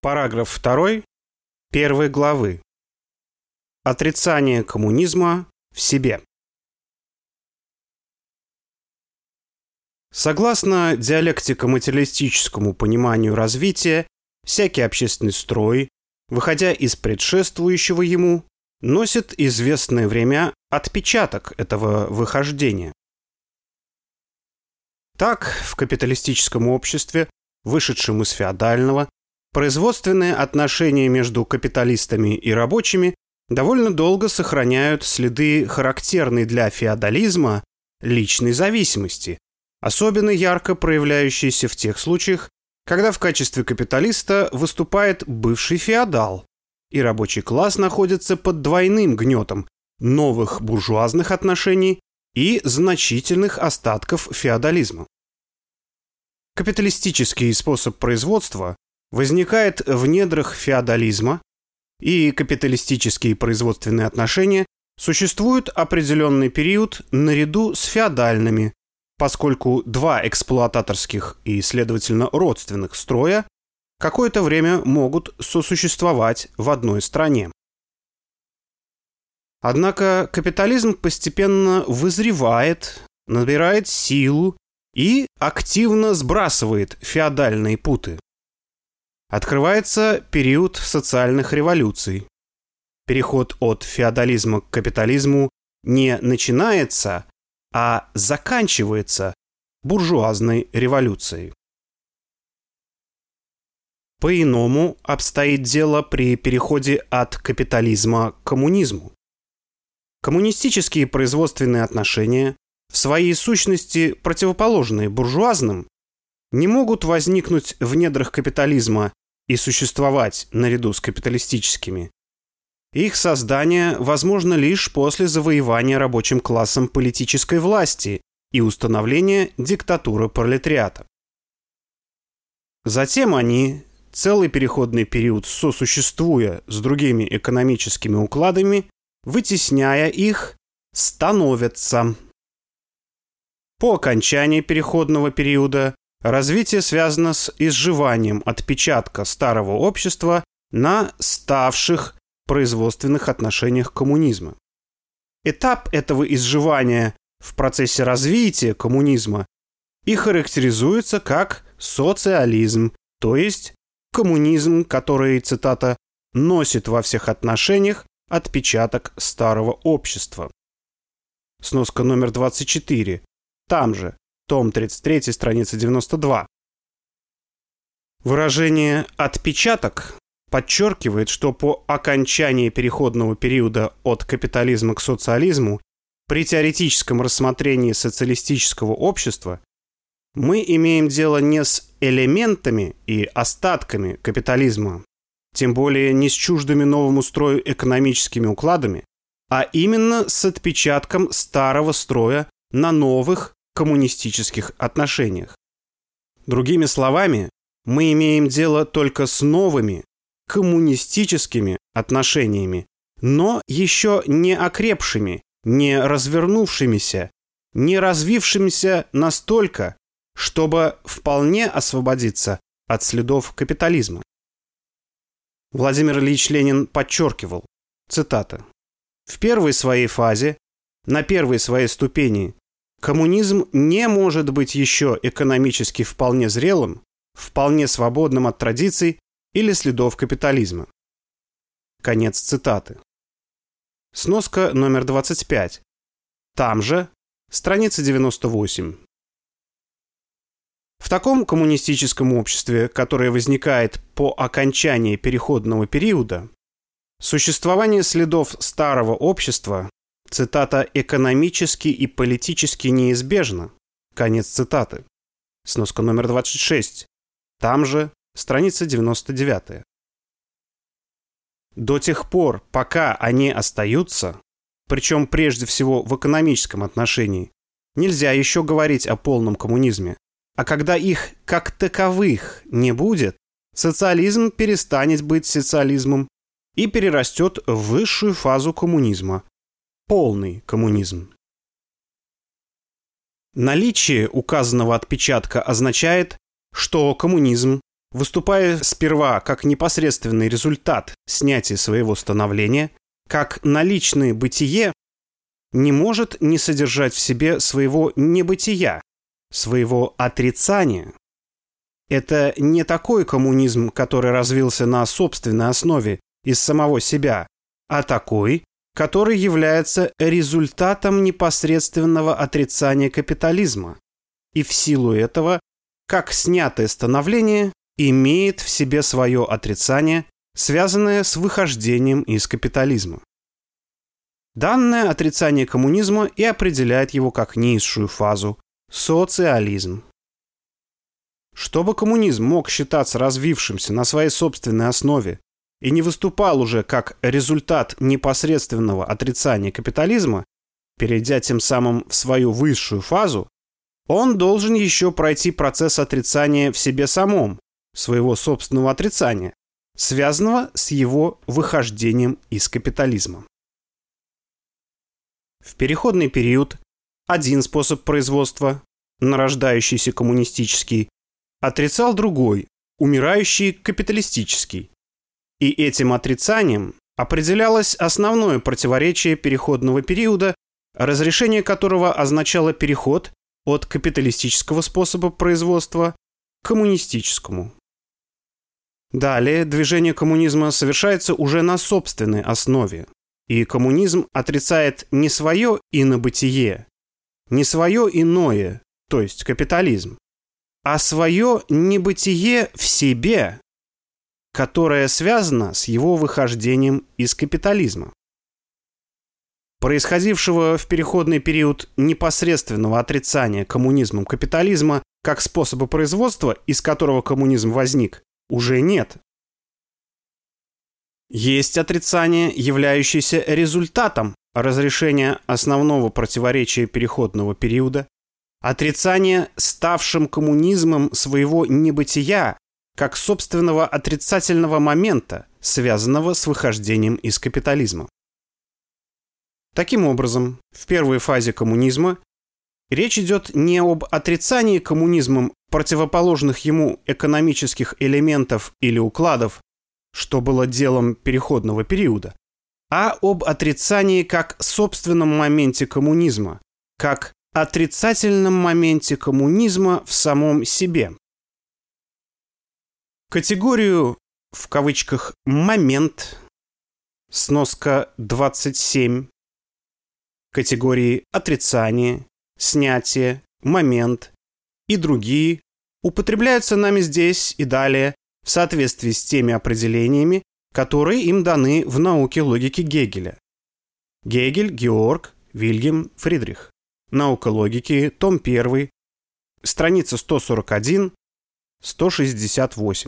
Параграф 2 первой главы. Отрицание коммунизма в себе. Согласно диалектико-материалистическому пониманию развития, всякий общественный строй, выходя из предшествующего ему, носит известное время отпечаток этого выхождения. Так, в капиталистическом обществе, вышедшем из феодального, производственные отношения между капиталистами и рабочими довольно долго сохраняют следы характерной для феодализма личной зависимости, особенно ярко проявляющиеся в тех случаях, когда в качестве капиталиста выступает бывший феодал, и рабочий класс находится под двойным гнетом новых буржуазных отношений и значительных остатков феодализма. Капиталистический способ производства возникает в недрах феодализма, и капиталистические производственные отношения существуют определенный период наряду с феодальными, поскольку два эксплуататорских и, следовательно, родственных строя какое-то время могут сосуществовать в одной стране. Однако капитализм постепенно вызревает, набирает силу и активно сбрасывает феодальные путы. Открывается период социальных революций. Переход от феодализма к капитализму не начинается, а заканчивается буржуазной революцией. По-иному обстоит дело при переходе от капитализма к коммунизму. Коммунистические производственные отношения, в своей сущности противоположные буржуазным, не могут возникнуть в недрах капитализма и существовать наряду с капиталистическими. Их создание возможно лишь после завоевания рабочим классом политической власти и установления диктатуры пролетариата. Затем они, целый переходный период сосуществуя с другими экономическими укладами, вытесняя их, становятся. По окончании переходного периода развитие связано с изживанием отпечатка старого общества на ставших производственных отношениях коммунизма. Этап этого изживания в процессе развития коммунизма и характеризуется как социализм, то есть коммунизм, который, цитата, «носит во всех отношениях отпечаток старого общества». Сноска номер 24. Там же. Том 33, страница 92. Выражение «отпечаток» подчеркивает, что по окончании переходного периода от капитализма к социализму при теоретическом рассмотрении социалистического общества мы имеем дело не с элементами и остатками капитализма, тем более не с чуждыми новому строю экономическими укладами, а именно с отпечатком старого строя на новых коммунистических отношениях. Другими словами, мы имеем дело только с новыми коммунистическими отношениями, но еще не окрепшими, не развернувшимися, не развившимися настолько, чтобы вполне освободиться от следов капитализма. Владимир Ильич Ленин подчеркивал, цитата, «В первой своей фазе, на первой своей ступени, коммунизм не может быть еще экономически вполне зрелым, вполне свободным от традиций или следов капитализма». Конец цитаты. Сноска номер 25. Там же, страница 98. В таком коммунистическом обществе, которое возникает по окончании переходного периода, существование следов старого общества, цитата, «экономически и политически неизбежно». Конец цитаты. Сноска номер 26. Там же, страница 99. До тех пор, пока они остаются, причем прежде всего в экономическом отношении, нельзя еще говорить о полном коммунизме. А когда их как таковых не будет, социализм перестанет быть социализмом и перерастет в высшую фазу коммунизма – полный коммунизм. Наличие указанного отпечатка означает, что коммунизм выступая сперва как непосредственный результат снятия своего становления, как наличное бытие, не может не содержать в себе своего небытия, своего отрицания. Это не такой коммунизм, который развился на собственной основе из самого себя, а такой, который является результатом непосредственного отрицания капитализма. И в силу этого, как снятое становление, имеет в себе свое отрицание, связанное с выхождением из капитализма. Данное отрицание коммунизма и определяет его как низшую фазу – социализм. Чтобы коммунизм мог считаться развившимся на своей собственной основе и не выступал уже как результат непосредственного отрицания капитализма, перейдя тем самым в свою высшую фазу, он должен еще пройти процесс отрицания в себе самом, своего собственного отрицания, связанного с его выхождением из капитализма. В переходный период один способ производства, нарождающийся коммунистический, отрицал другой, умирающий капиталистический. И этим отрицанием определялось основное противоречие переходного периода, разрешение которого означало переход от капиталистического способа производства к коммунистическому. Далее движение коммунизма совершается уже на собственной основе, и коммунизм отрицает не свое инобытие, не свое иное, то есть капитализм, а свое небытие в себе, которое связано с его выхождением из капитализма. Происходившего в переходный период непосредственного отрицания коммунизмом капитализма как способа производства, из которого коммунизм возник, уже нет. Есть отрицание, являющееся результатом разрешения основного противоречия переходного периода, отрицание, ставшим коммунизмом своего небытия, как собственного отрицательного момента, связанного с выхождением из капитализма. Таким образом, в первой фазе коммунизма речь идет не об отрицании коммунизмом противоположных ему экономических элементов или укладов, что было делом переходного периода, а об отрицании как собственном моменте коммунизма, как отрицательном моменте коммунизма в самом себе. Категорию, в кавычках, «момент», сноска 27, категории отрицание, снятие, момент и другие употребляются нами здесь и далее в соответствии с теми определениями, которые им даны в науке логики Гегеля. Гегель, Георг, Вильгельм, Фридрих. Наука логики, том 1, страница 141-168.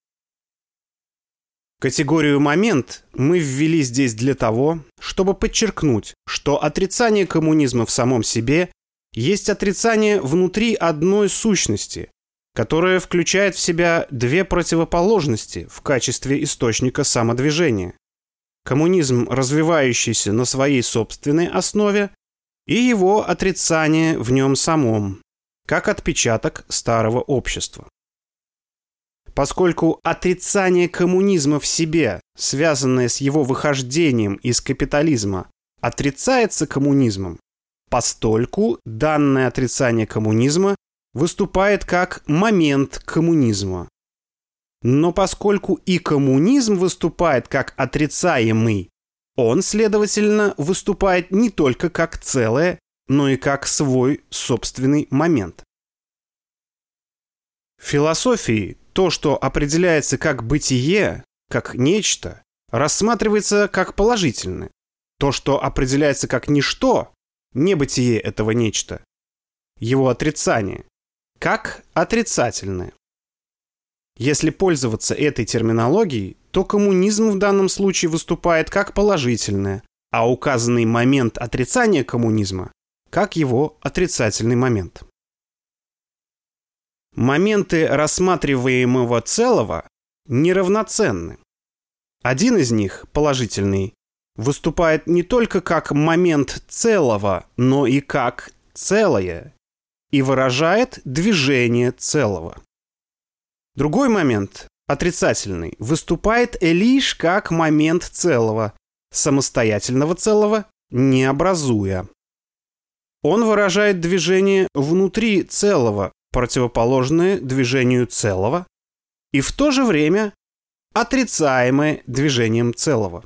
Категорию «момент» мы ввели здесь для того, чтобы подчеркнуть, что отрицание коммунизма в самом себе есть отрицание внутри одной сущности, которая включает в себя две противоположности в качестве источника самодвижения. Коммунизм, развивающийся на своей собственной основе, и его отрицание в нем самом, как отпечаток старого общества. Поскольку отрицание коммунизма в себе, связанное с его выхождением из капитализма, отрицается коммунизмом, постольку данное отрицание коммунизма выступает как момент коммунизма. Но поскольку и коммунизм выступает как отрицаемый, он, следовательно, выступает не только как целое, но и как свой собственный момент. В философии то, что определяется как бытие, как нечто, рассматривается как положительное. То, что определяется как ничто, небытие этого нечто, его отрицание, как отрицательное. Если пользоваться этой терминологией, то коммунизм в данном случае выступает как положительное, а указанный момент отрицания коммунизма как его отрицательный момент. Моменты рассматриваемого целого неравноценны. Один из них, положительный, выступает не только как момент целого, но и как целое, и выражает движение целого. Другой момент, отрицательный, выступает лишь как момент целого, самостоятельного целого не образуя. Он выражает движение внутри целого, противоположное движению целого, и в то же время отрицаемое движением целого.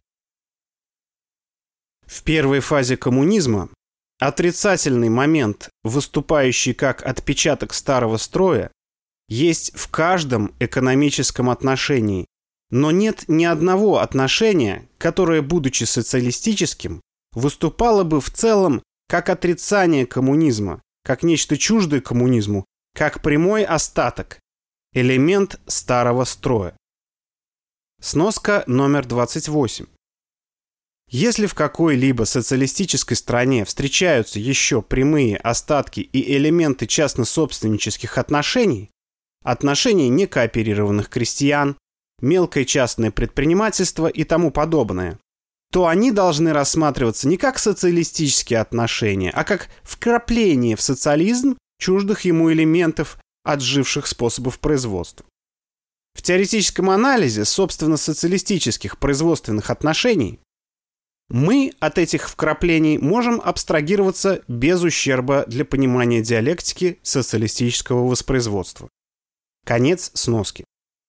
В первой фазе коммунизма отрицательный момент, выступающий как отпечаток старого строя, есть в каждом экономическом отношении, но нет ни одного отношения, которое, будучи социалистическим, выступало бы в целом как отрицание коммунизма, как нечто чуждое коммунизму, как прямой остаток, элемент старого строя. Сноска номер 28. Если в какой-либо социалистической стране встречаются еще прямые остатки и элементы частно-собственнических отношений, отношений некооперированных крестьян, мелкое частное предпринимательство и тому подобное, то они должны рассматриваться не как социалистические отношения, а как вкрапление в социализм чуждых ему элементов отживших способов производства. В теоретическом анализе, собственно, социалистических производственных отношений мы от этих вкраплений можем абстрагироваться без ущерба для понимания диалектики социалистического воспроизводства. Конец сноски.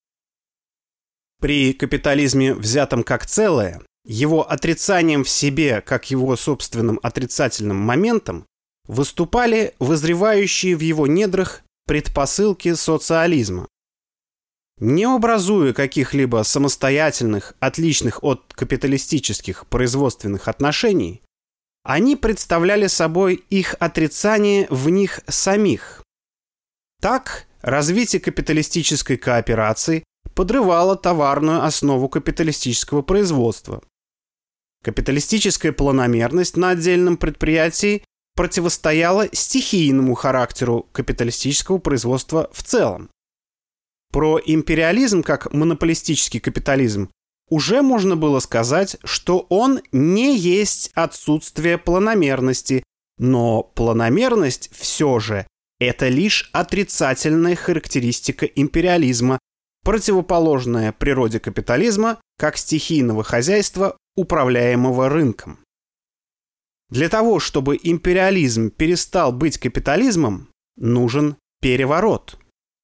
При капитализме, взятом как целое, его отрицанием в себе, как его собственным отрицательным моментом, выступали вызревающие в его недрах предпосылки социализма. Не образуя каких-либо самостоятельных, отличных от капиталистических производственных отношений, они представляли собой их отрицание в них самих. Так, развитие капиталистической кооперации подрывало товарную основу капиталистического производства. Капиталистическая планомерность на отдельном предприятии противостояла стихийному характеру капиталистического производства в целом. Про империализм как монополистический капитализм уже можно было сказать, что он не есть отсутствие планомерности, но планомерность все же это лишь отрицательная характеристика империализма, противоположная природе капитализма как стихийного хозяйства, управляемого рынком. Для того, чтобы империализм перестал быть капитализмом, нужен переворот.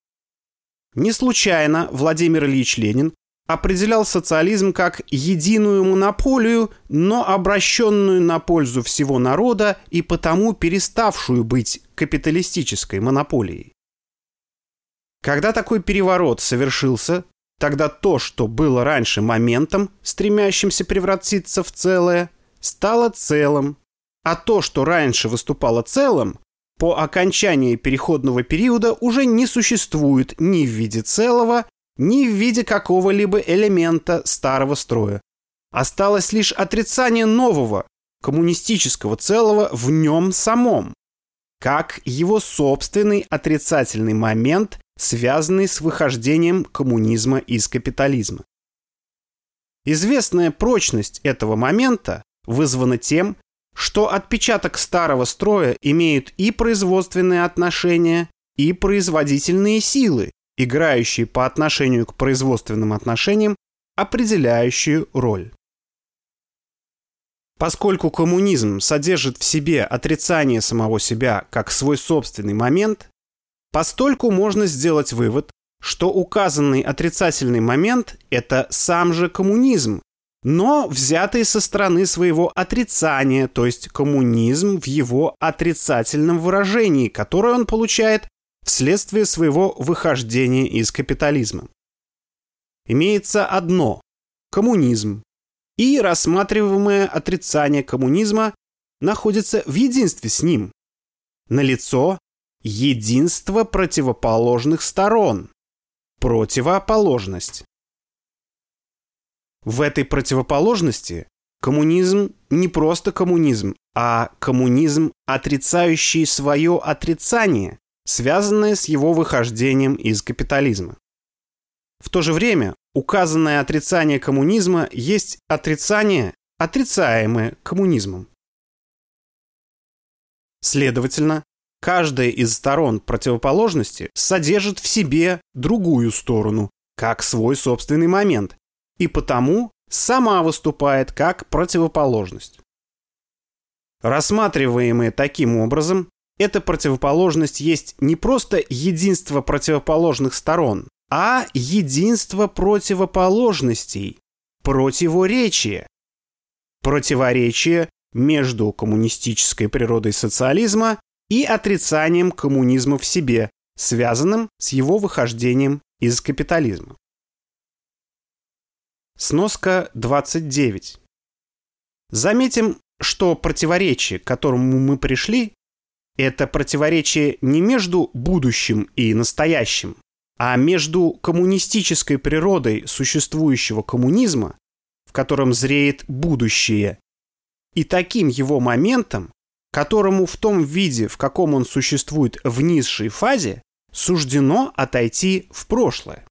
Не случайно Владимир Ильич Ленин определял социализм как единую монополию, но обращенную на пользу всего народа и потому переставшую быть капиталистической монополией. Когда такой переворот совершился, тогда то, что было раньше моментом, стремящимся превратиться в целое, стало целым, а то, что раньше выступало целым, по окончании переходного периода уже не существует ни в виде целого, ни в виде какого-либо элемента старого строя. Осталось лишь отрицание нового, коммунистического целого в нем самом, как его собственный отрицательный момент, связанный с выхождением коммунизма из капитализма. Известная прочность этого момента вызвана тем, что отпечаток старого строя имеют и производственные отношения, и производительные силы, играющие по отношению к производственным отношениям определяющую роль. Поскольку коммунизм содержит в себе отрицание самого себя как свой собственный момент, постольку можно сделать вывод, что указанный отрицательный момент – это сам же коммунизм, но взятый со стороны своего отрицания, то есть коммунизм в его отрицательном выражении, которое он получает вследствие своего выхождения из капитализма. Имеется одно – коммунизм, и рассматриваемое отрицание коммунизма находится в единстве с ним. Налицо единство противоположных сторон, противоположность. В этой противоположности коммунизм не просто коммунизм, а коммунизм, отрицающий свое отрицание, связанное с его выхождением из капитализма. В то же время указанное отрицание коммунизма есть отрицание, отрицаемое коммунизмом. Следовательно, каждая из сторон противоположности содержит в себе другую сторону, как свой собственный момент, и потому сама выступает как противоположность. Рассматриваемая таким образом, эта противоположность есть не просто единство противоположных сторон, а единство противоположностей, противоречие. Противоречие между коммунистической природой социализма и отрицанием коммунизма в себе, связанным с его выхождением из капитализма. Сноска 29. Заметим, что противоречие, к которому мы пришли, это противоречие не между будущим и настоящим, а между коммунистической природой существующего коммунизма, в котором зреет будущее, и таким его моментом, которому в том виде, в каком он существует в низшей фазе, суждено отойти в прошлое.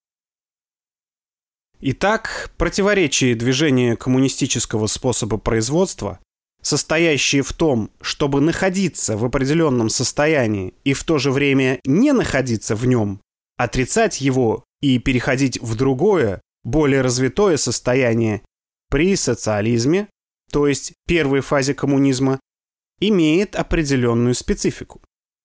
Итак, противоречие движения коммунистического способа производства, состоящее в том, чтобы находиться в определенном состоянии и в то же время не находиться в нем, отрицать его и переходить в другое, более развитое состояние при социализме, то есть первой фазе коммунизма, имеет определенную специфику.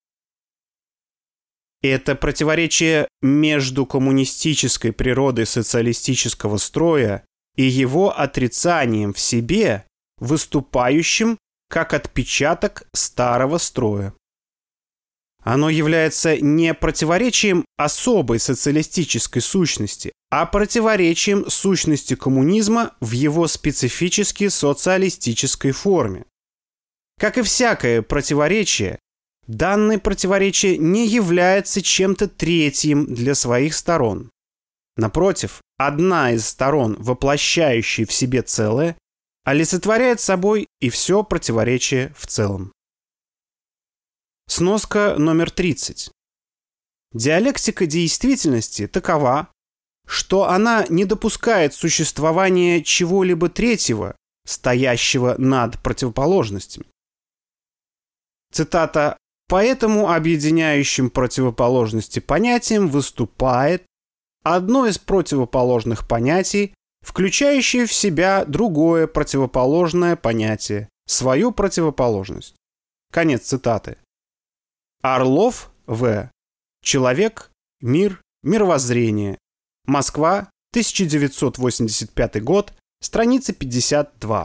Это противоречие между коммунистической природой социалистического строя и его отрицанием в себе, выступающим как отпечаток старого строя. Оно является не противоречием особой социалистической сущности, а противоречием сущности коммунизма в его специфически социалистической форме. Как и всякое противоречие, данное противоречие не является чем-то третьим для своих сторон. Напротив, одна из сторон, воплощающая в себе целое, олицетворяет собой и все противоречие в целом. Сноска номер 30. Диалектика действительности такова, что она не допускает существования чего-либо третьего, стоящего над противоположностями. Цитата: «Поэтому объединяющим противоположности понятием выступает одно из противоположных понятий, включающее в себя другое противоположное понятие, свою противоположность». Конец цитаты. Орлов В. Человек, мир, мировоззрение. Москва, 1985 год, страница 52.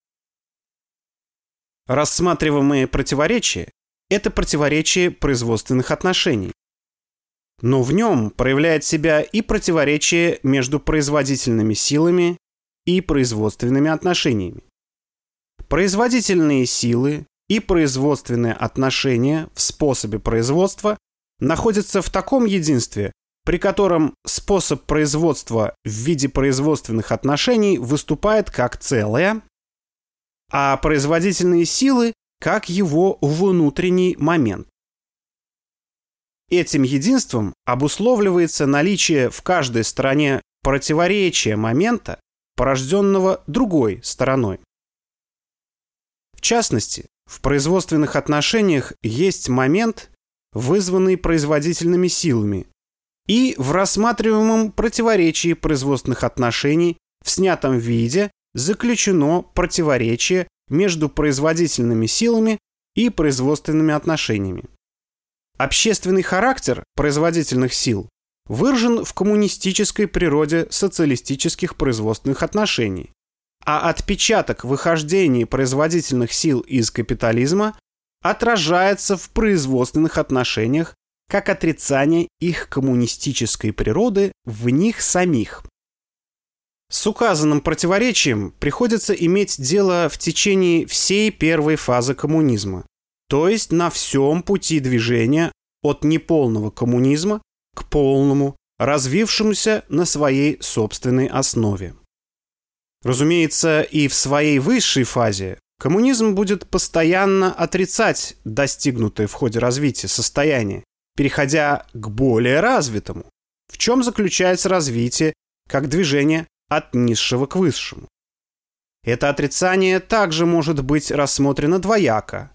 Рассматриваемые противоречия – это противоречие производственных отношений. Но в нем проявляет себя и противоречие между производительными силами и производственными отношениями. Производительные силы и производственные отношения в способе производства находятся в таком единстве, при котором способ производства в виде производственных отношений выступает как целое, а производительные силы как его внутренний момент. Этим единством обусловливается наличие в каждой стороне противоречия момента, порожденного другой стороной. В частности, в производственных отношениях есть момент, вызванный производительными силами, и в рассматриваемом противоречии производственных отношений в снятом виде заключено противоречие между производительными силами и производственными отношениями. Общественный характер производительных сил выражен в коммунистической природе социалистических производственных отношений, а отпечаток выхождения производительных сил из капитализма отражается в производственных отношениях как отрицание их коммунистической природы в них самих. С указанным противоречием приходится иметь дело в течение всей первой фазы коммунизма, то есть на всем пути движения от неполного коммунизма к полному, развившемуся на своей собственной основе. Разумеется, и в своей высшей фазе коммунизм будет постоянно отрицать достигнутое в ходе развития состояние, переходя к более развитому, в чем заключается развитие как движение от низшего к высшему. Это отрицание также может быть рассмотрено двояко.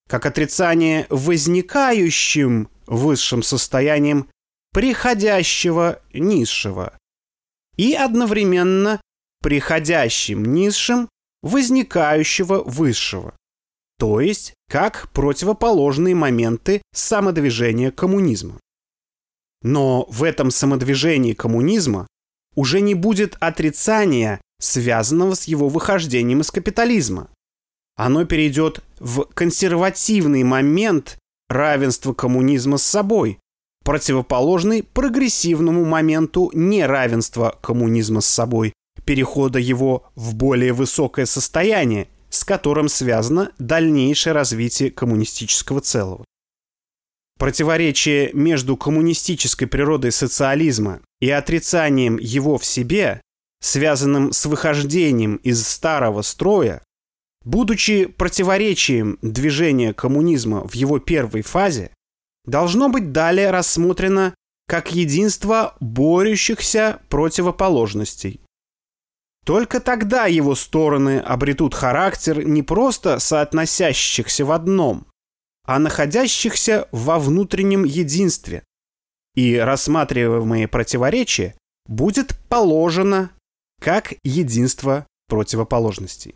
как отрицание возникающим высшим состоянием приходящего низшего и одновременно приходящим низшим возникающего высшего, то есть как противоположные моменты самодвижения коммунизма. Но в этом самодвижении коммунизма уже не будет отрицания, связанного с его выхождением из капитализма. Оно перейдет в консервативный момент равенства коммунизма с собой, противоположный прогрессивному моменту неравенства коммунизма с собой, перехода его в более высокое состояние, с которым связано дальнейшее развитие коммунистического целого. Противоречие между коммунистической природой социализма и отрицанием его в себе, связанным с выхождением из старого строя, будучи противоречием движения коммунизма в его первой фазе, должно быть далее рассмотрено как единство борющихся противоположностей. Только тогда его стороны обретут характер не просто соотносящихся в одном, а находящихся во внутреннем единстве, и рассматриваемое противоречие будет положено как единство противоположностей.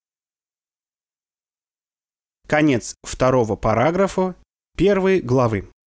Конец 2 параграфа 1 главы.